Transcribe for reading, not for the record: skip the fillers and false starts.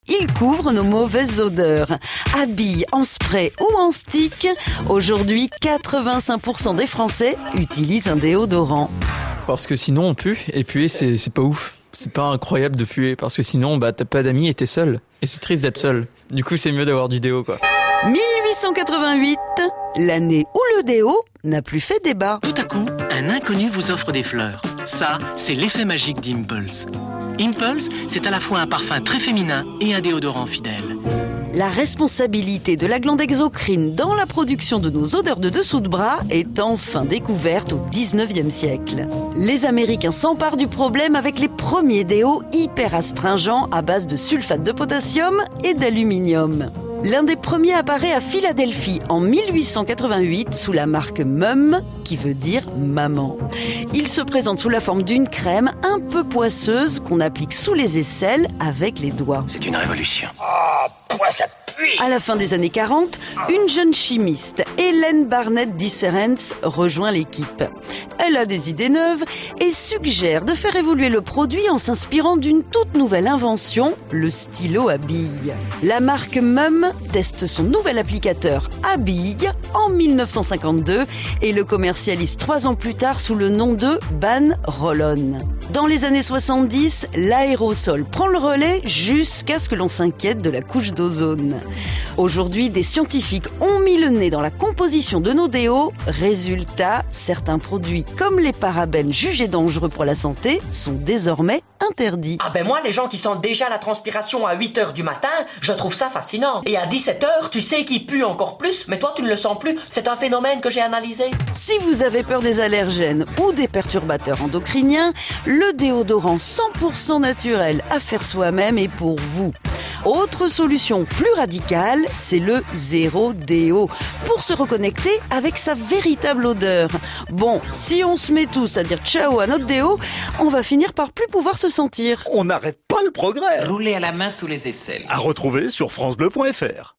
Il couvre nos mauvaises odeurs. À billes, en spray ou en stick, aujourd'hui 85% des Français utilisent un déodorant. Parce que sinon on pue, et puer c'est pas ouf. C'est pas incroyable de puer, parce que sinon t'as pas d'amis et t'es seul. Et c'est triste d'être seul. Du coup c'est mieux d'avoir du déo quoi. 1888, l'année où le déo n'a plus fait débat. Tout à coup, un inconnu vous offre des fleurs. Ça, c'est l'effet magique d'Impulse. Impulse, c'est à la fois un parfum très féminin et un déodorant fidèle. La responsabilité de la glande exocrine dans la production de nos odeurs de dessous de bras est enfin découverte au 19e siècle. Les Américains s'emparent du problème avec les premiers déos hyper astringents à base de sulfate de potassium et d'aluminium. L'un des premiers apparaît à Philadelphie en 1888 sous la marque Mum, qui veut dire maman. Il se présente sous la forme d'une crème un peu poisseuse qu'on applique sous les aisselles avec les doigts. C'est une révolution. Ça pue. À la fin des années 40, une jeune chimiste, Hélène Barnett Disserens, rejoint l'équipe. Elle a des idées neuves et suggère de faire évoluer le produit en s'inspirant d'une toute nouvelle invention, le stylo à billes. La marque Mum teste son nouvel applicateur à billes en 1952 et le commercialise 3 ans plus tard sous le nom de Ban Roll-On. Dans les années 70, l'aérosol prend le relais jusqu'à ce que l'on s'inquiète de la couche d'ozone. Aujourd'hui, des scientifiques ont mis le nez dans la composition de nos déos. Résultat, certains produits comme les parabènes jugés dangereux pour la santé sont désormais interdits. Moi, les gens qui sentent déjà la transpiration à 8h du matin, je trouve ça fascinant. Et à 17h, tu sais qu'ils puent encore plus, mais toi, tu ne le sens plus. C'est un phénomène que j'ai analysé. Si vous avez peur des allergènes ou des perturbateurs endocriniens, le déodorant 100% naturel à faire soi-même est pour vous. Autre solution plus radicale, c'est le zéro déo, pour se reconnecter avec sa véritable odeur. Bon, si on se met tous à dire ciao à notre déo, on va finir par plus pouvoir se sentir. On n'arrête pas le progrès. Rouler à la main sous les aisselles. À retrouver sur francebleu.fr.